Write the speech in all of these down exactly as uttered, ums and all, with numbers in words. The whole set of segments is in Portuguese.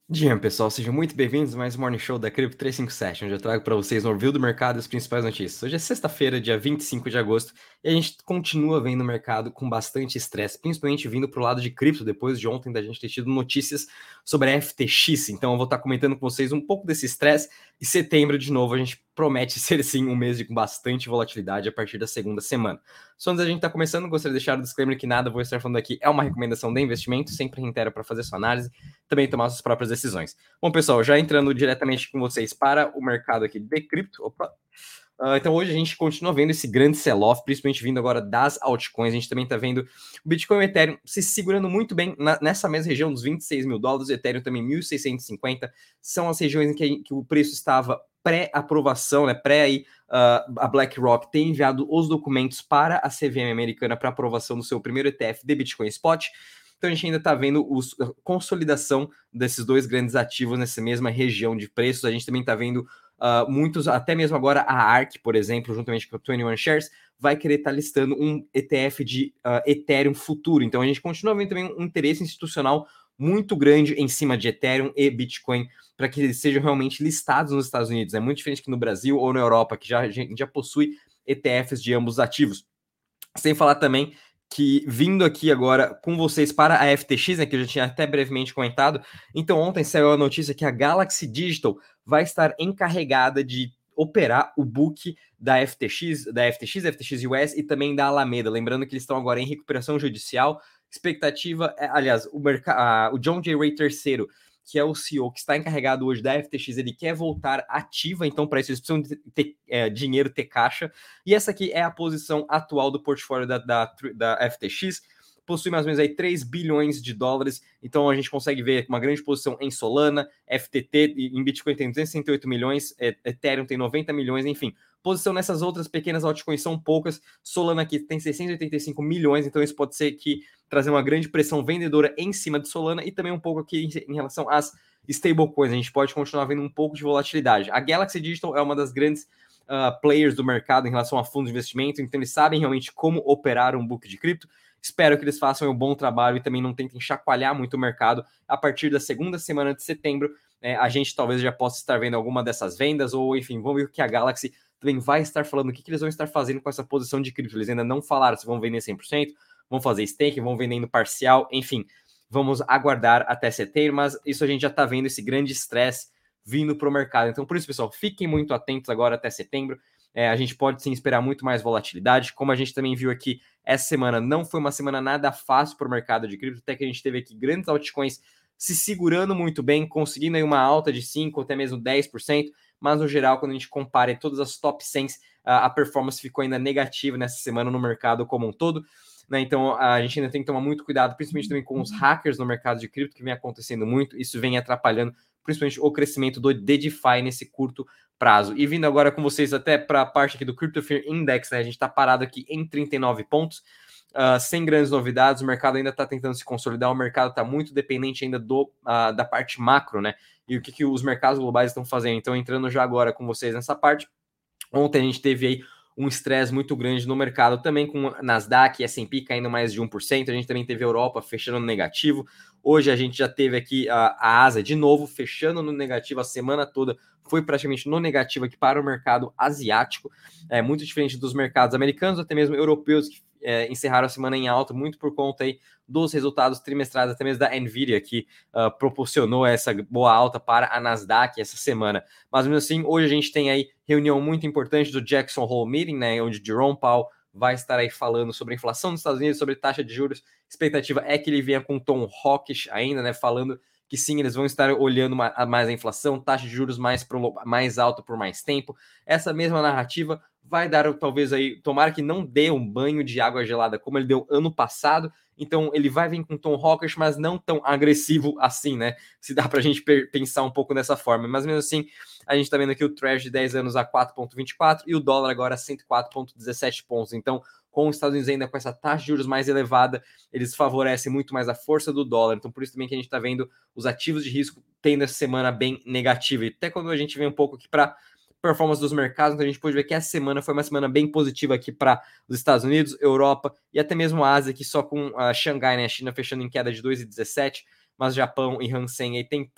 Dia, pessoal, sejam muito bem-vindos a mais um Morning Show da Crypto trezentos e cinquenta e sete, onde eu trago para vocês um overview do mercado e as principais notícias. Hoje é sexta-feira, dia vinte e cinco de agosto, e a gente continua vendo o mercado com bastante estresse, principalmente vindo para o lado de cripto, depois de ontem da gente ter tido notícias sobre a F T X. Então eu vou estar comentando com vocês um pouco desse estresse, e setembro, de novo, a gente promete ser sim um mês de com bastante volatilidade a partir da segunda semana. Só antes da gente estar começando, gostaria de deixar o disclaimer que nada vou estar falando aqui é uma recomendação de investimento, sempre reitero para fazer sua análise, também tomar suas próprias decisões. Bom, pessoal, já entrando diretamente com vocês para o mercado aqui de cripto, opa, Uh, então hoje a gente continua vendo esse grande sell-off, principalmente vindo agora das altcoins. A gente também está vendo o Bitcoin e o Ethereum se segurando muito bem na, nessa mesma região dos vinte e seis mil dólares, o Ethereum também mil seiscentos e cinquenta, são as regiões em que, que o preço estava pré-aprovação, né, pré aí, uh, a BlackRock ter enviado os documentos para a C V M americana para aprovação do seu primeiro E T F de Bitcoin Spot. Então a gente ainda está vendo a consolidação desses dois grandes ativos nessa mesma região de preços. A gente também está vendo Uh, muitos, até mesmo agora a ARK, por exemplo, juntamente com a vinte e um Shares, vai querer estar tá listando um E T F de uh, Ethereum futuro. Então a gente continua vendo também um interesse institucional muito grande em cima de Ethereum e Bitcoin para que eles sejam realmente listados nos Estados Unidos. É muito diferente que no Brasil ou na Europa, que já, já possui E T Fs de ambos ativos. Sem falar também que vindo aqui agora com vocês para a F T X, né, que eu já tinha até brevemente comentado. Então ontem saiu a notícia que a Galaxy Digital vai estar encarregada de operar o book da F T X, da F T X, F T X U S e também da Alameda. Lembrando que eles estão agora em recuperação judicial. Expectativa, é, aliás, o, a, o John J. Ray terceiro, que é o C E O que está encarregado hoje da F T X, ele quer voltar ativa, então para isso eles precisam ter é, dinheiro, ter caixa. E essa aqui é a posição atual do portfólio da, da, da F T X. Possui mais ou menos aí três bilhões de dólares, então a gente consegue ver uma grande posição em Solana, F T T, em Bitcoin tem duzentos e sessenta e oito milhões, Ethereum tem noventa milhões, enfim. Posição nessas outras pequenas altcoins são poucas, Solana aqui tem seiscentos e oitenta e cinco milhões, então isso pode ser que trazer uma grande pressão vendedora em cima de Solana e também um pouco aqui em relação às stablecoins, a gente pode continuar vendo um pouco de volatilidade. A Galaxy Digital é uma das grandes Uh, players do mercado em relação a fundos de investimento, então eles sabem realmente como operar um book de cripto. Espero que eles façam um bom trabalho e também não tentem chacoalhar muito o mercado. A partir da segunda semana de setembro, né, a gente talvez já possa estar vendo alguma dessas vendas, ou enfim, vamos ver o que a Galaxy também vai estar falando, o que, que eles vão estar fazendo com essa posição de cripto. Eles ainda não falaram se vão vender cem por cento, vão fazer stake, vão vendendo parcial, enfim. Vamos aguardar até setembro, mas isso a gente já está vendo esse grande estresse vindo para o mercado. Então, por isso, pessoal, fiquem muito atentos agora até setembro. É, a gente pode sim esperar muito mais volatilidade. Como a gente também viu aqui, essa semana não foi uma semana nada fácil para o mercado de cripto, até que a gente teve aqui grandes altcoins se segurando muito bem, conseguindo aí uma alta de cinco por cento, até mesmo dez por cento, mas no geral, quando a gente compara todas as top cem, a performance ficou ainda negativa nessa semana no mercado como um todo. Né? Então a gente ainda tem que tomar muito cuidado, principalmente também com os hackers no mercado de cripto, que vem acontecendo muito, isso vem atrapalhando principalmente o crescimento do DeFi nesse curto prazo. E vindo agora com vocês até para a parte aqui do Crypto Fear Index, né? A gente está parado aqui em trinta e nove pontos, uh, sem grandes novidades, o mercado ainda está tentando se consolidar, o mercado está muito dependente ainda do, uh, da parte macro, né? E o que, que os mercados globais estão fazendo. Então, entrando já agora com vocês nessa parte, ontem a gente teve aí um estresse muito grande no mercado, também com Nasdaq e S and P caindo mais de um por cento, a gente também teve a Europa fechando no negativo, hoje a gente já teve aqui a, a Ásia de novo fechando no negativo a semana toda, foi praticamente no negativo aqui para o mercado asiático, é muito diferente dos mercados americanos, até mesmo europeus, que é, encerraram a semana em alta, muito por conta aí dos resultados trimestrais, até mesmo da Nvidia, que uh, proporcionou essa boa alta para a Nasdaq essa semana. Mas mesmo assim, hoje a gente tem aí reunião muito importante do Jackson Hole Meeting, né, onde Jerome Powell vai estar aí falando sobre a inflação nos Estados Unidos, sobre taxa de juros. A expectativa é que ele venha com um tom hawkish ainda, né, falando que sim, eles vão estar olhando mais a inflação, taxa de juros mais, mais alta por mais tempo. Essa mesma narrativa vai dar, talvez aí, tomara que não dê um banho de água gelada como ele deu ano passado, então ele vai vir com tom hawkish, mas não tão agressivo assim, né? Se dá pra gente pensar um pouco dessa forma, mas mesmo assim, a gente tá vendo aqui o Treasury de dez anos a quatro vírgula vinte e quatro e o dólar agora a cento e quatro vírgula dezessete pontos, então com os Estados Unidos ainda com essa taxa de juros mais elevada, eles favorecem muito mais a força do dólar, então por isso também que a gente tá vendo os ativos de risco tendo essa semana bem negativa, e até quando a gente vem um pouco aqui para performance dos mercados, então a gente pode ver que essa semana foi uma semana bem positiva aqui para os Estados Unidos, Europa e até mesmo a Ásia, que só com a Xangai, né, a China fechando em queda de dois vírgula dezessete, mas Japão e Hansen aí tentando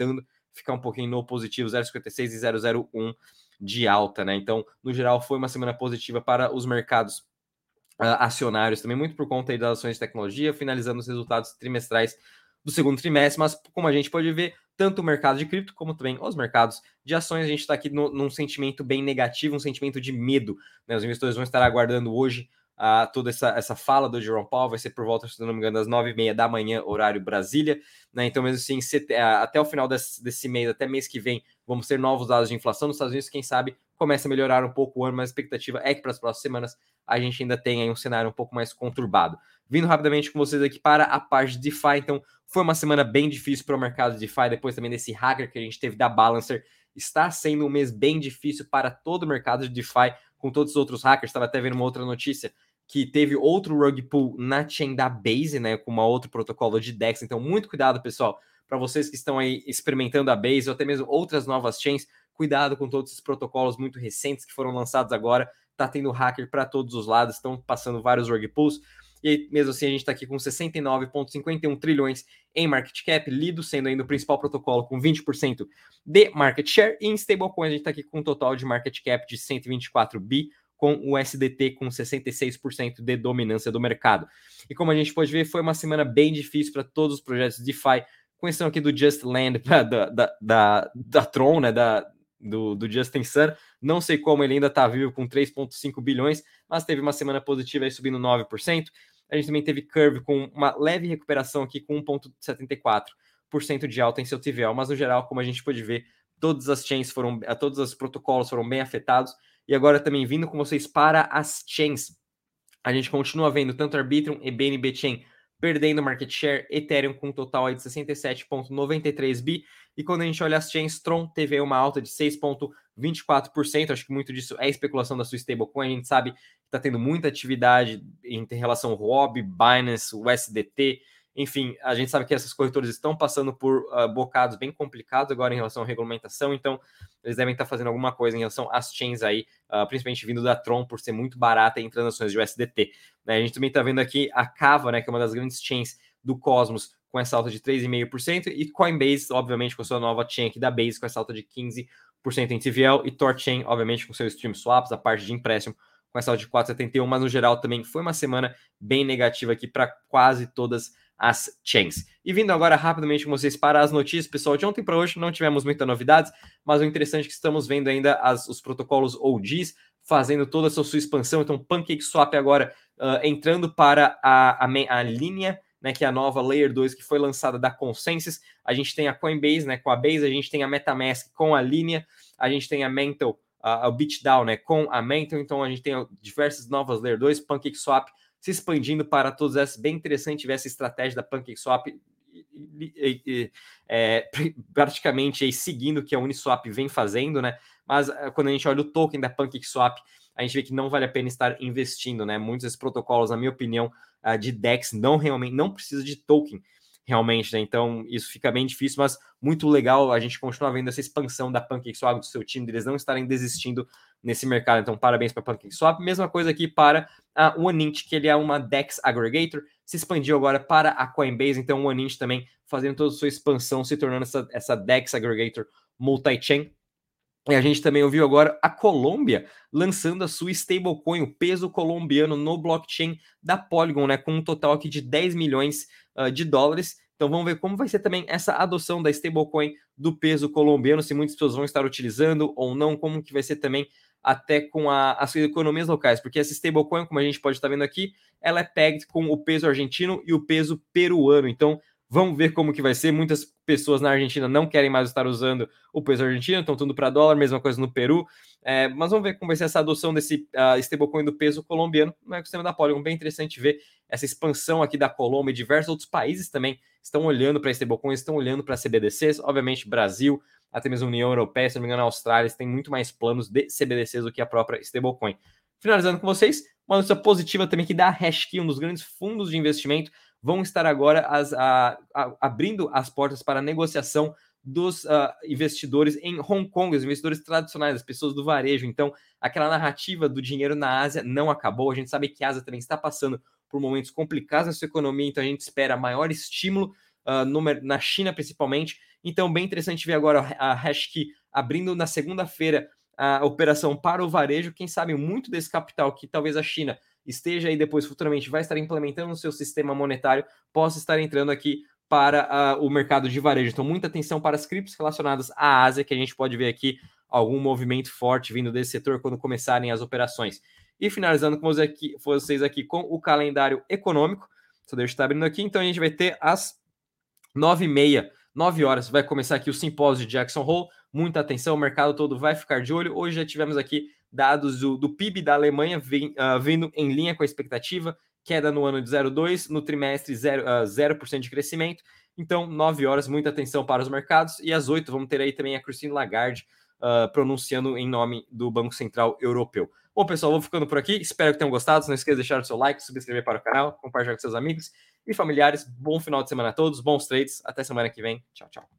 ficar um pouquinho no positivo, zero vírgula cinquenta e seis e zero vírgula zero um de alta, né? Então, no geral, foi uma semana positiva para os mercados uh, acionários, também muito por conta aí das ações de tecnologia, finalizando os resultados trimestrais do segundo trimestre, mas como a gente pode ver, tanto o mercado de cripto como também os mercados de ações, a gente está aqui no, num sentimento bem negativo, um sentimento de medo, né? Os investidores vão estar aguardando hoje Uh, toda essa, essa fala do Jerome Powell, vai ser por volta, se não me engano, das nove e meia da manhã, horário Brasília, né? Então, mesmo assim, se, uh, até o final desse, desse mês, até mês que vem, vamos ter novos dados de inflação nos Estados Unidos, quem sabe começa a melhorar um pouco o ano, mas a expectativa é que para as próximas semanas a gente ainda tenha aí um cenário um pouco mais conturbado. Vindo rapidamente com vocês aqui para a parte de DeFi, então foi uma semana bem difícil para o mercado de DeFi, depois também desse hacker que a gente teve da Balancer, está sendo um mês bem difícil para todo o mercado de DeFi, com todos os outros hackers. Estava até vendo uma outra notícia que teve outro rug pull na chain da Base, né, com uma outro protocolo de DEX. Então, muito cuidado, pessoal, para vocês que estão aí experimentando a Base ou até mesmo outras novas chains, cuidado com todos esses protocolos muito recentes que foram lançados agora. Tá tendo hacker para todos os lados, estão passando vários rug pulls. E aí, mesmo assim, a gente está aqui com sessenta e nove vírgula cinquenta e um trilhões em market cap, Lido sendo ainda o principal protocolo com vinte por cento de market share, e em stablecoin a gente está aqui com um total de market cap de cento e vinte e quatro bi, com o U S D T com sessenta e seis por cento de dominância do mercado. E como a gente pode ver, foi uma semana bem difícil para todos os projetos DeFi, com exceção aqui do Just Land, da, da, da, da Tron, né, da, do, do Justin Sun. Não sei como ele ainda está vivo com três vírgula cinco bilhões, mas teve uma semana positiva aí subindo nove por cento. A gente também teve Curve com uma leve recuperação aqui com um vírgula setenta e quatro por cento de alta em seu T V L, mas no geral, como a gente pode ver, todas as chains foram, todos os protocolos foram bem afetados. E agora também vindo com vocês para as chains, a gente continua vendo tanto Arbitrum e B N B Chain perdendo market share, Ethereum com um total aí de sessenta e sete vírgula noventa e três bi, e quando a gente olha as chains, Tron teve uma alta de seis vírgula vinte e quatro por cento, acho que muito disso é especulação da sua stablecoin, a gente sabe que está tendo muita atividade em relação ao Huobi, Binance, U S D T, enfim, a gente sabe que essas corretoras estão passando por uh, bocados bem complicados agora em relação à regulamentação, então eles devem estar fazendo alguma coisa em relação às chains aí, uh, principalmente vindo da Tron, por ser muito barata em transações de U S D T. Né? A gente também está vendo aqui a Cava, né, que é uma das grandes chains do Cosmos, com essa alta de três vírgula cinco por cento, e Coinbase, obviamente, com a sua nova chain aqui da Base, com essa alta de quinze por cento em T V L, e Torchain, obviamente, com seus Stream Swaps, a parte de empréstimo, com essa alta de quatro vírgula setenta e um, mas no geral também foi uma semana bem negativa aqui para quase todas as chains. E vindo agora rapidamente com vocês para as notícias, pessoal, de ontem para hoje não tivemos muitas novidades, mas o interessante é que estamos vendo ainda as, os protocolos O Gs fazendo toda a sua, sua expansão, então PancakeSwap agora uh, entrando para a, a, a linha, né, que é a nova Layer dois que foi lançada da Consensus. A gente tem a Coinbase, né, com a Base, a gente tem a MetaMask com a linha, a gente tem a Mantle, uh, o BitDAO, né, com a Mantle, então a gente tem diversas novas Layer dois, PancakeSwap se expandindo para todos esses, bem interessante ver essa estratégia da PancakeSwap é, praticamente aí, seguindo o que a Uniswap vem fazendo, né? Mas quando a gente olha o token da PancakeSwap, a gente vê que não vale a pena estar investindo, né? Muitos desses protocolos, na minha opinião, de DEX não realmente não precisa de token realmente, né? Então isso fica bem difícil, mas muito legal a gente continuar vendo essa expansão da PancakeSwap do seu time, deles não estarem desistindo nesse mercado. Então parabéns para a PancakeSwap. Mesma coisa aqui para a OneInch, que ele é uma DEX Aggregator, se expandiu agora para a Coinbase, então o OneInch também fazendo toda a sua expansão, se tornando essa, essa DEX Aggregator multi-chain. E a gente também ouviu agora a Colômbia lançando a sua stablecoin, o peso colombiano no blockchain da Polygon, né, com um total aqui de dez milhões uh, de dólares. Então vamos ver como vai ser também essa adoção da stablecoin do peso colombiano, se muitas pessoas vão estar utilizando ou não, como que vai ser também até com a, as economias locais, porque essa stablecoin, como a gente pode estar vendo aqui, ela é pegged com o peso argentino e o peso peruano. Então vamos ver como que vai ser. Muitas pessoas na Argentina não querem mais estar usando o peso argentino, estão tudo para dólar, mesma coisa no Peru. É, mas vamos ver como vai ser essa adoção desse uh, stablecoin do peso colombiano no ecossistema da Polygon. Bem interessante ver essa expansão aqui da Colômbia e diversos outros países também estão olhando para stablecoins, estão olhando para C B D Cs. Obviamente, Brasil, até mesmo União Europeia, se não me engano, a Austrália, tem muito mais planos de C B D Cs do que a própria stablecoin. Finalizando com vocês, uma notícia positiva também que da Hashkey, um dos grandes fundos de investimento, vão estar agora as, a, a, abrindo as portas para a negociação dos uh, investidores em Hong Kong, os investidores tradicionais, as pessoas do varejo. Então, aquela narrativa do dinheiro na Ásia não acabou. A gente sabe que a Ásia também está passando por momentos complicados na sua economia, então a gente espera maior estímulo uh, no, na China principalmente. Então, bem interessante ver agora a Hashkey abrindo na segunda-feira a operação para o varejo. Quem sabe muito desse capital que talvez a China esteja aí depois futuramente vai estar implementando no seu sistema monetário, possa estar entrando aqui para uh, o mercado de varejo. Então, muita atenção para as criptos relacionadas à Ásia, que a gente pode ver aqui algum movimento forte vindo desse setor quando começarem as operações. E finalizando com vocês aqui com o calendário econômico, só deixa eu estar abrindo aqui, então a gente vai ter às nove e meia, nove horas, vai começar aqui o simpósio de Jackson Hole. Muita atenção, o mercado todo vai ficar de olho. Hoje já tivemos aqui dados do, do P I B da Alemanha vem, uh, vindo em linha com a expectativa, queda no ano de zero vírgula dois, no trimestre zero, uh, zero por cento de crescimento. Então, nove horas, muita atenção para os mercados. E às oito vamos ter aí também a Christine Lagarde uh, pronunciando em nome do Banco Central Europeu. Bom, pessoal, vou ficando por aqui. Espero que tenham gostado. Não esqueça de deixar o seu like, subscrever para o canal, compartilhar com seus amigos e familiares. Bom final de semana a todos, bons trades. Até semana que vem. Tchau, tchau.